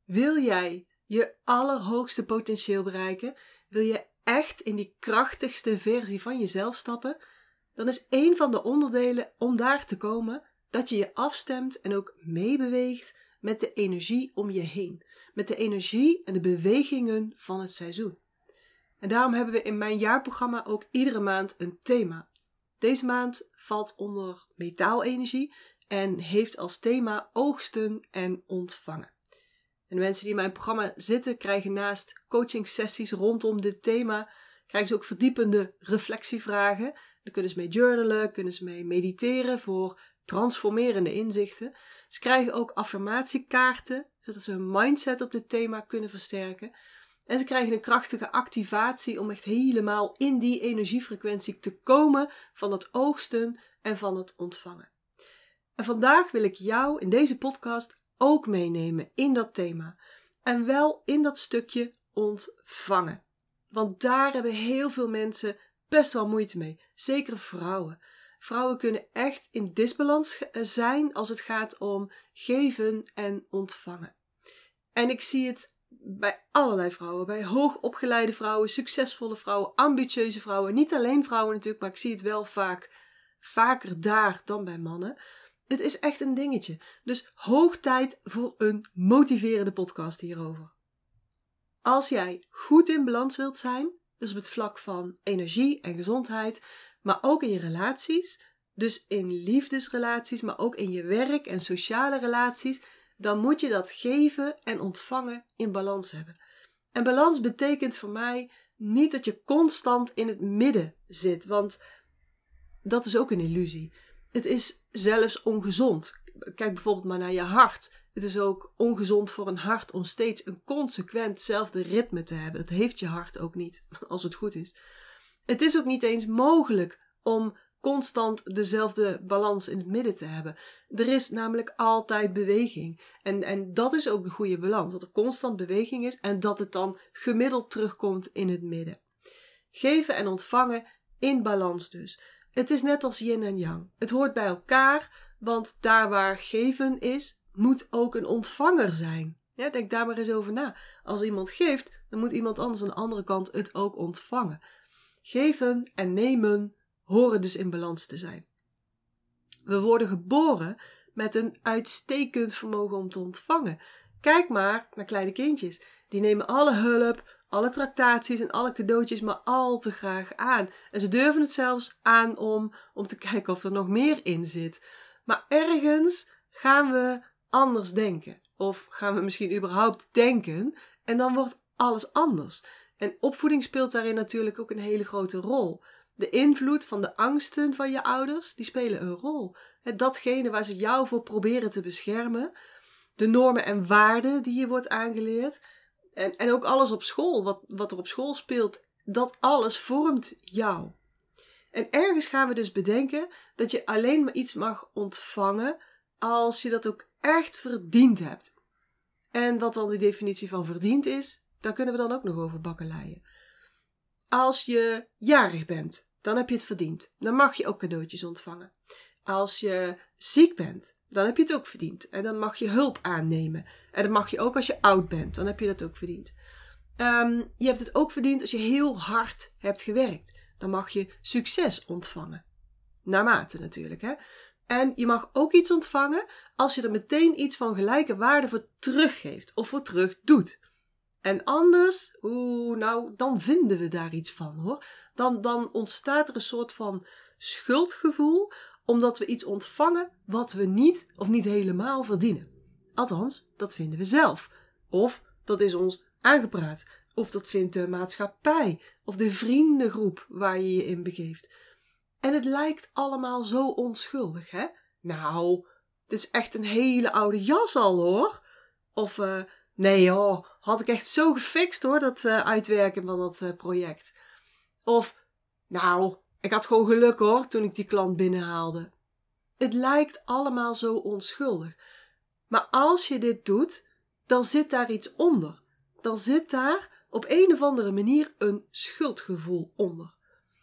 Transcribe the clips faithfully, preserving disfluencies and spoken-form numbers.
Wil jij je allerhoogste potentieel bereiken? Wil je echt in die krachtigste versie van jezelf stappen? Dan is één van de onderdelen om daar te komen dat je je afstemt en ook meebeweegt met de energie om je heen. Met de energie en de bewegingen van het seizoen. En daarom hebben we in mijn jaarprogramma ook iedere maand een thema. Deze maand valt onder metaalenergie en heeft als thema oogsten en ontvangen. En de mensen die in mijn programma zitten krijgen naast coachingsessies rondom dit thema, krijgen ze ook verdiepende reflectievragen. Daar kunnen ze mee journalen, kunnen ze mee mediteren voor transformerende inzichten. Ze krijgen ook affirmatiekaarten, zodat ze hun mindset op dit thema kunnen versterken. En ze krijgen een krachtige activatie om echt helemaal in die energiefrequentie te komen van het oogsten en van het ontvangen. En vandaag wil ik jou in deze podcast ook meenemen in dat thema. En wel in dat stukje ontvangen. Want daar hebben heel veel mensen best wel moeite mee. Zeker vrouwen. Vrouwen kunnen echt in disbalans zijn als het gaat om geven en ontvangen. En ik zie het bij allerlei vrouwen. Bij hoogopgeleide vrouwen, succesvolle vrouwen, ambitieuze vrouwen. Niet alleen vrouwen natuurlijk, maar ik zie het wel vaak vaker daar dan bij mannen. Het is echt een dingetje. Dus hoog tijd voor een motiverende podcast hierover. Als jij goed in balans wilt zijn, dus op het vlak van energie en gezondheid, maar ook in je relaties, dus in liefdesrelaties, maar ook in je werk en sociale relaties, dan moet je dat geven en ontvangen in balans hebben. En balans betekent voor mij niet dat je constant in het midden zit, want dat is ook een illusie. Het is zelfs ongezond. Kijk bijvoorbeeld maar naar je hart. Het is ook ongezond voor een hart om steeds een consequentzelfde ritme te hebben. Dat heeft je hart ook niet, als het goed is. Het is ook niet eens mogelijk om constant dezelfde balans in het midden te hebben. Er is namelijk altijd beweging. En, en dat is ook de goede balans. Dat er constant beweging is en dat het dan gemiddeld terugkomt in het midden. Geven en ontvangen in balans dus. Het is net als yin en yang. Het hoort bij elkaar, want daar waar geven is, moet ook een ontvanger zijn. Ja, denk daar maar eens over na. Als iemand geeft, dan moet iemand anders aan de andere kant het ook ontvangen. Geven en nemen horen dus in balans te zijn. We worden geboren met een uitstekend vermogen om te ontvangen. Kijk maar naar kleine kindjes. Die nemen alle hulp, alle tractaties en alle cadeautjes maar al te graag aan. En ze durven het zelfs aan om, om te kijken of er nog meer in zit. Maar ergens gaan we anders denken. Of gaan we misschien überhaupt denken en dan wordt alles anders. En opvoeding speelt daarin natuurlijk ook een hele grote rol. De invloed van de angsten van je ouders, die spelen een rol. Datgene waar ze jou voor proberen te beschermen. De normen en waarden die je wordt aangeleerd. En, en ook alles op school, wat, wat er op school speelt, dat alles vormt jou. En ergens gaan we dus bedenken dat je alleen maar iets mag ontvangen als je dat ook echt verdiend hebt. En wat dan de definitie van verdiend is, daar kunnen we dan ook nog over bakkeleien. Als je jarig bent, dan heb je het verdiend. Dan mag je ook cadeautjes ontvangen. Als je ziek bent, dan heb je het ook verdiend. En dan mag je hulp aannemen. En dat mag je ook als je oud bent. Dan heb je dat ook verdiend. Um, je hebt het ook verdiend als je heel hard hebt gewerkt. Dan mag je succes ontvangen. Naarmate natuurlijk, hè. En je mag ook iets ontvangen als je er meteen iets van gelijke waarde voor teruggeeft. Of voor terug doet. En anders, oeh, nou, dan vinden we daar iets van, hoor. Dan, dan ontstaat er een soort van schuldgevoel, omdat we iets ontvangen wat we niet of niet helemaal verdienen. Althans, dat vinden we zelf. Of dat is ons aangepraat. Of dat vindt de maatschappij. Of de vriendengroep waar je je in begeeft. En het lijkt allemaal zo onschuldig, hè? Nou, het is echt een hele oude jas al, hoor. Of, uh, nee joh, had ik echt zo gefixt, hoor, dat uh, uitwerken van dat uh, project. Of, nou, ik had gewoon geluk, hoor, toen ik die klant binnenhaalde. Het lijkt allemaal zo onschuldig. Maar als je dit doet, dan zit daar iets onder. Dan zit daar op een of andere manier een schuldgevoel onder.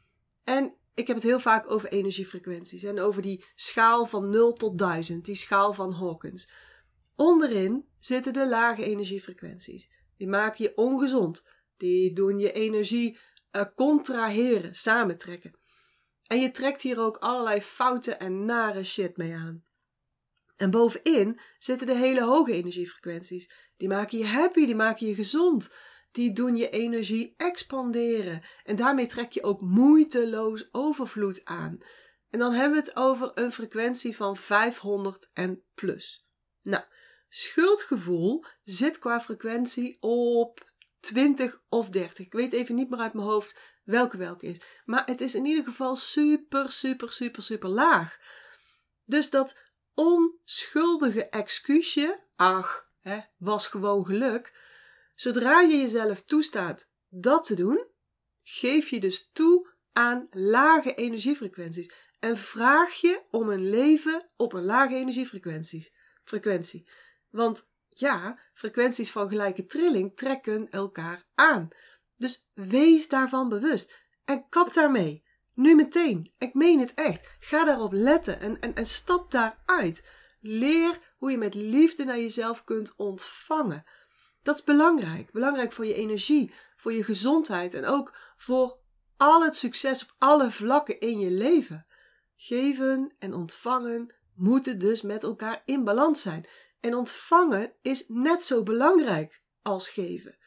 En ik heb het heel vaak over energiefrequenties en over die schaal van nul tot duizend, die schaal van Hawkins. Onderin zitten de lage energiefrequenties. Die maken je ongezond. Die doen je energie uh, contraheren, samentrekken. En je trekt hier ook allerlei foute en nare shit mee aan. En bovenin zitten de hele hoge energiefrequenties. Die maken je happy, die maken je gezond. Die doen je energie expanderen. En daarmee trek je ook moeiteloos overvloed aan. En dan hebben we het over een frequentie van vijfhonderd en plus. Nou, schuldgevoel zit qua frequentie op twintig of dertig. Ik weet even niet meer uit mijn hoofd welke welke is. Maar het is in ieder geval super, super, super, super laag. Dus dat onschuldige excuusje, ach, hè, was gewoon geluk. Zodra je jezelf toestaat dat te doen, geef je dus toe aan lage energiefrequenties. En vraag je om een leven op een lage energiefrequentie. Frequentie. Want ja, frequenties van gelijke trilling trekken elkaar aan. Dus wees daarvan bewust. En kap daarmee. Nu meteen. Ik meen het echt. Ga daarop letten en, en, en stap daaruit. Leer hoe je met liefde naar jezelf kunt ontvangen. Dat is belangrijk. Belangrijk voor je energie, voor je gezondheid en ook voor al het succes op alle vlakken in je leven. Geven en ontvangen moeten dus met elkaar in balans zijn. En ontvangen is net zo belangrijk als geven.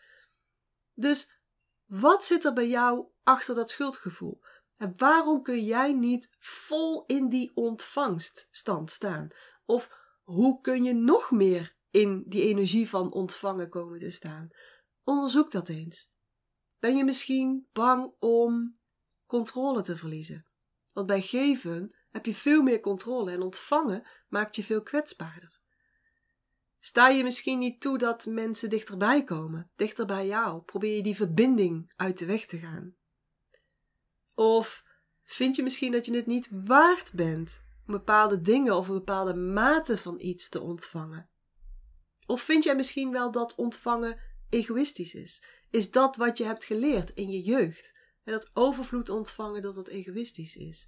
Dus wat zit er bij jou achter dat schuldgevoel? En waarom kun jij niet vol in die ontvangststand staan? Of hoe kun je nog meer in die energie van ontvangen komen te staan? Onderzoek dat eens. Ben je misschien bang om controle te verliezen? Want bij geven heb je veel meer controle en ontvangen maakt je veel kwetsbaarder. Sta je misschien niet toe dat mensen dichterbij komen, dichter bij jou? Probeer je die verbinding uit de weg te gaan? Of vind je misschien dat je het niet waard bent om bepaalde dingen of een bepaalde mate van iets te ontvangen? Of vind jij misschien wel dat ontvangen egoïstisch is? Is dat wat je hebt geleerd in je jeugd? En dat overvloed ontvangen, dat dat egoïstisch is?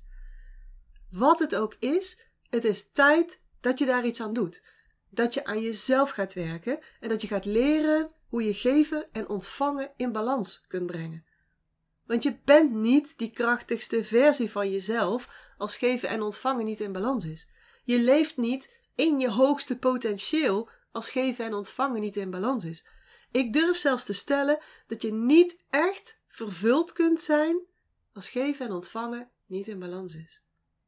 Wat het ook is, het is tijd dat je daar iets aan doet. Dat je aan jezelf gaat werken en dat je gaat leren hoe je geven en ontvangen in balans kunt brengen. Want je bent niet die krachtigste versie van jezelf als geven en ontvangen niet in balans is. Je leeft niet in je hoogste potentieel als geven en ontvangen niet in balans is. Ik durf zelfs te stellen dat je niet echt vervuld kunt zijn als geven en ontvangen niet in balans is.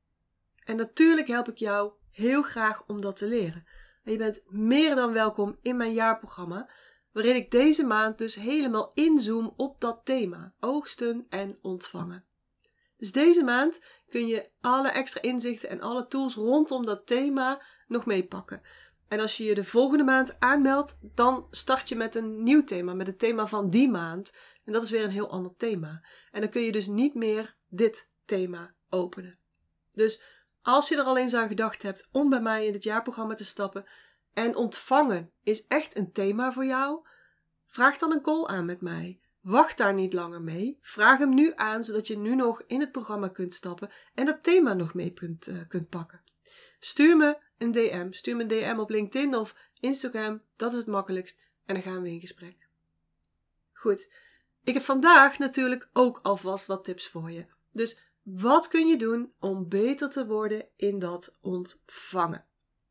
En natuurlijk help ik jou heel graag om dat te leren. En je bent meer dan welkom in mijn jaarprogramma, waarin ik deze maand dus helemaal inzoom op dat thema, oogsten en ontvangen. Dus deze maand kun je alle extra inzichten en alle tools rondom dat thema nog meepakken. En als je je de volgende maand aanmeldt, dan start je met een nieuw thema, met het thema van die maand. En dat is weer een heel ander thema. En dan kun je dus niet meer dit thema openen. Dus als je er al eens aan gedacht hebt om bij mij in het jaarprogramma te stappen en ontvangen is echt een thema voor jou, vraag dan een call aan met mij. Wacht daar niet langer mee. Vraag hem nu aan, zodat je nu nog in het programma kunt stappen en dat thema nog mee kunt, uh, kunt pakken. Stuur me een D M. Stuur me een D M op LinkedIn of Instagram. Dat is het makkelijkst. En dan gaan we in gesprek. Goed. Ik heb vandaag natuurlijk ook alvast wat tips voor je. Dus wat kun je doen om beter te worden in dat ontvangen?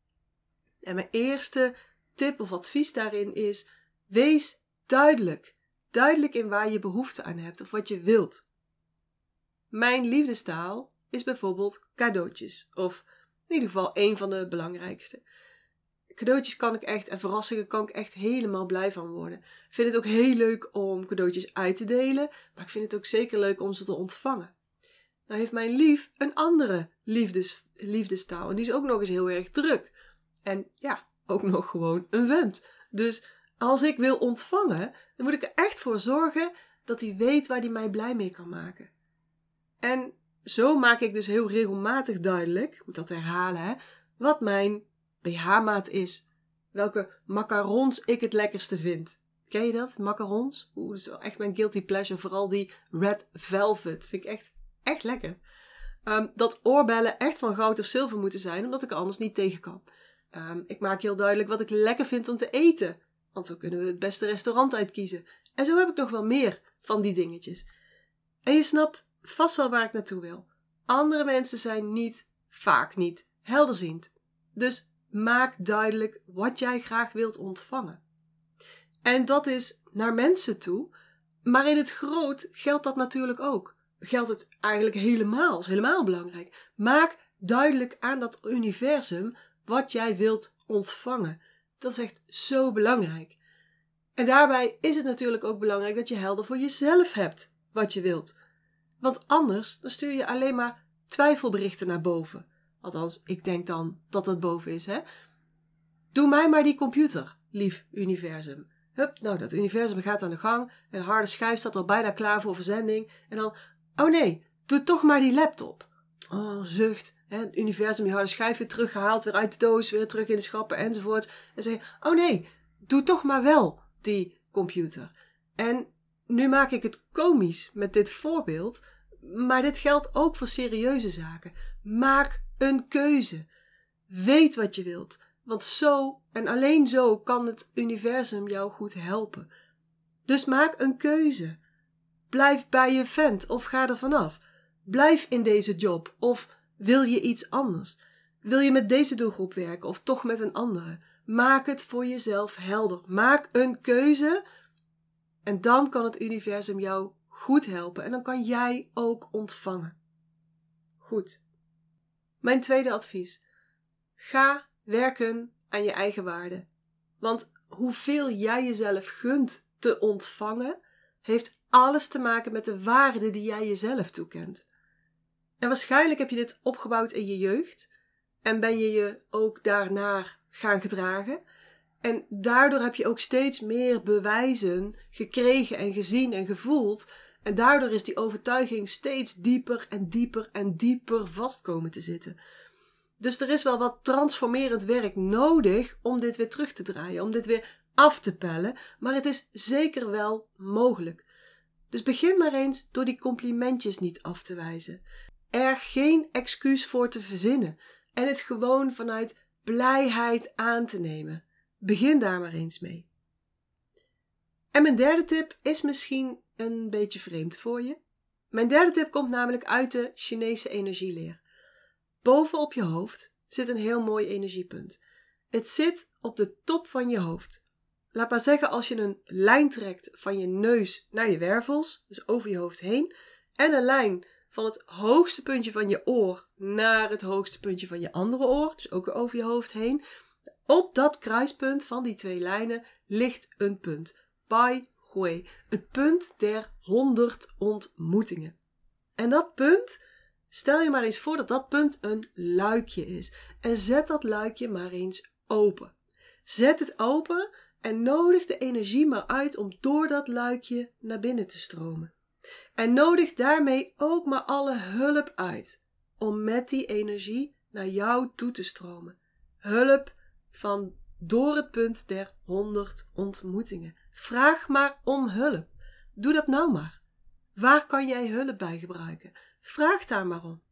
En mijn eerste tip of advies daarin is: wees duidelijk. Duidelijk in waar je behoefte aan hebt of wat je wilt. Mijn liefdestaal is bijvoorbeeld cadeautjes. Of in ieder geval een van de belangrijkste. Cadeautjes kan ik echt, en verrassingen kan ik echt helemaal blij van worden. Ik vind het ook heel leuk om cadeautjes uit te delen. Maar ik vind het ook zeker leuk om ze te ontvangen. Nou heeft mijn lief een andere liefdes, liefdestaal. En die is ook nog eens heel erg druk. En ja, ook nog gewoon een vent. Dus als ik wil ontvangen, dan moet ik er echt voor zorgen dat hij weet waar hij mij blij mee kan maken. En zo maak ik dus heel regelmatig duidelijk, ik moet dat herhalen, hè, wat mijn B H-maat is. Welke macarons ik het lekkerste vind. Ken je dat? Macarons? Oeh, dat is wel echt mijn guilty pleasure. Vooral die red velvet. Vind ik echt, echt lekker. Um, dat oorbellen echt van goud of zilver moeten zijn, omdat ik er anders niet tegen kan. Um, ik maak heel duidelijk wat ik lekker vind om te eten. Want zo kunnen we het beste restaurant uitkiezen. En zo heb ik nog wel meer van die dingetjes. En je snapt vast wel waar ik naartoe wil. Andere mensen zijn niet, vaak niet, helderziend. Dus maak duidelijk wat jij graag wilt ontvangen. En dat is naar mensen toe. Maar in het groot geldt dat natuurlijk ook. Geldt het eigenlijk helemaal, is helemaal belangrijk. Maak duidelijk aan dat universum wat jij wilt ontvangen. Dat is echt zo belangrijk. En daarbij is het natuurlijk ook belangrijk dat je helder voor jezelf hebt wat je wilt. Want anders dan stuur je alleen maar twijfelberichten naar boven. Althans, ik denk dan dat het boven is, hè. Doe mij maar die computer, lief universum. Hup, nou, dat universum gaat aan de gang. En de harde schijf staat al bijna klaar voor verzending. En dan, oh nee, doe toch maar die laptop. Oh, zucht. Hè, het universum die harde schijf weer teruggehaald, weer uit de doos, weer terug in de schappen enzovoort. En zeg, oh nee, doe toch maar wel die computer. En nu maak ik het komisch met dit voorbeeld, maar dit geldt ook voor serieuze zaken. Maak een keuze. Weet wat je wilt. Want zo en alleen zo kan het universum jou goed helpen. Dus maak een keuze. Blijf bij je vent of ga er vanaf. Blijf in deze job of wil je iets anders? Wil je met deze doelgroep werken of toch met een andere? Maak het voor jezelf helder. Maak een keuze en dan kan het universum jou goed helpen en dan kan jij ook ontvangen. Goed. Mijn tweede advies. Ga werken aan je eigen waarde. Want hoeveel jij jezelf gunt te ontvangen, heeft alles te maken met de waarde die jij jezelf toekent. En waarschijnlijk heb je dit opgebouwd in je jeugd en ben je je ook daarnaar gaan gedragen. En daardoor heb je ook steeds meer bewijzen gekregen en gezien en gevoeld. En daardoor is die overtuiging steeds dieper en dieper en dieper vast komen te zitten. Dus er is wel wat transformerend werk nodig om dit weer terug te draaien, om dit weer af te pellen, maar het is zeker wel mogelijk. Dus begin maar eens door die complimentjes niet af te wijzen. Er geen excuus voor te verzinnen en het gewoon vanuit blijheid aan te nemen. Begin daar maar eens mee. En mijn derde tip is misschien een beetje vreemd voor je. Mijn derde tip komt namelijk uit de Chinese energieleer. Boven op je hoofd zit een heel mooi energiepunt. Het zit op de top van je hoofd. Laat maar zeggen, als je een lijn trekt van je neus naar je wervels, dus over je hoofd heen, en een lijn van het hoogste puntje van je oor naar het hoogste puntje van je andere oor, dus ook weer over je hoofd heen. Op dat kruispunt van die twee lijnen ligt een punt. Bai Hui, het punt der honderd ontmoetingen. En dat punt, stel je maar eens voor dat dat punt een luikje is. En zet dat luikje maar eens open. Zet het open en nodig de energie maar uit om door dat luikje naar binnen te stromen. En nodig daarmee ook maar alle hulp uit om met die energie naar jou toe te stromen. Hulp van door het punt der honderd ontmoetingen. Vraag maar om hulp. Doe dat nou maar. Waar kan jij hulp bij gebruiken? Vraag daar maar om.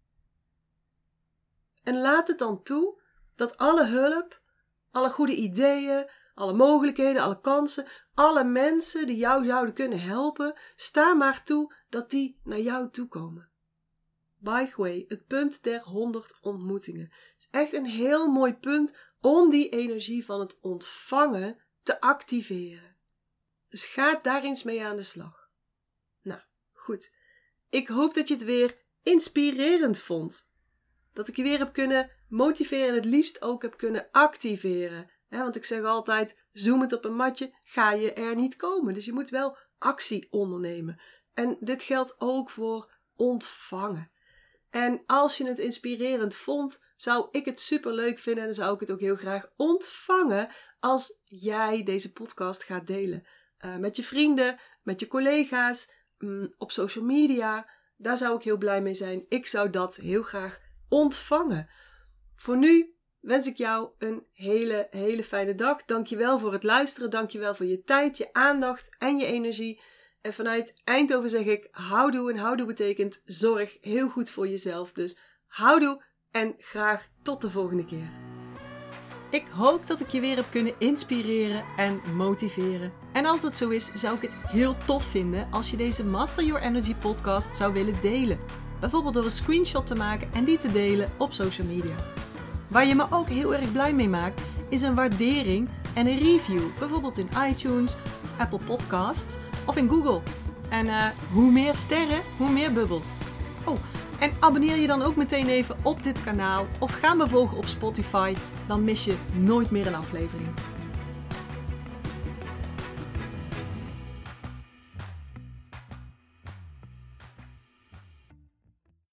En laat het dan toe dat alle hulp, alle goede ideeën, alle mogelijkheden, alle kansen, alle mensen die jou zouden kunnen helpen, sta maar toe dat die naar jou toe komen. Bai Hui, het punt der honderd ontmoetingen. Het is echt een heel mooi punt om die energie van het ontvangen te activeren. Dus ga daar eens mee aan de slag. Nou, goed. Ik hoop dat je het weer inspirerend vond. Dat ik je weer heb kunnen motiveren en het liefst ook heb kunnen activeren. He, want ik zeg altijd, zoemend op een matje ga je er niet komen. Dus je moet wel actie ondernemen. En dit geldt ook voor ontvangen. En als je het inspirerend vond, zou ik het super leuk vinden en dan zou ik het ook heel graag ontvangen als jij deze podcast gaat delen. Uh, met je vrienden, met je collega's, um, op social media. Daar zou ik heel blij mee zijn. Ik zou dat heel graag ontvangen. Voor nu wens ik jou een hele, hele fijne dag. Dankjewel voor het luisteren. Dankjewel voor je tijd, je aandacht en je energie. En vanuit Eindhoven zeg ik houdoe. En houdoe betekent zorg heel goed voor jezelf. Dus houdoe en graag tot de volgende keer. Ik hoop dat ik je weer heb kunnen inspireren en motiveren. En als dat zo is, zou ik het heel tof vinden als je deze Master Your Energy podcast zou willen delen. Bijvoorbeeld door een screenshot te maken en die te delen op social media. Waar je me ook heel erg blij mee maakt, is een waardering en een review. Bijvoorbeeld in iTunes, Apple Podcasts of in Google. En uh, hoe meer sterren, hoe meer bubbels. Oh, en abonneer je dan ook meteen even op dit kanaal of ga me volgen op Spotify. Dan mis je nooit meer een aflevering.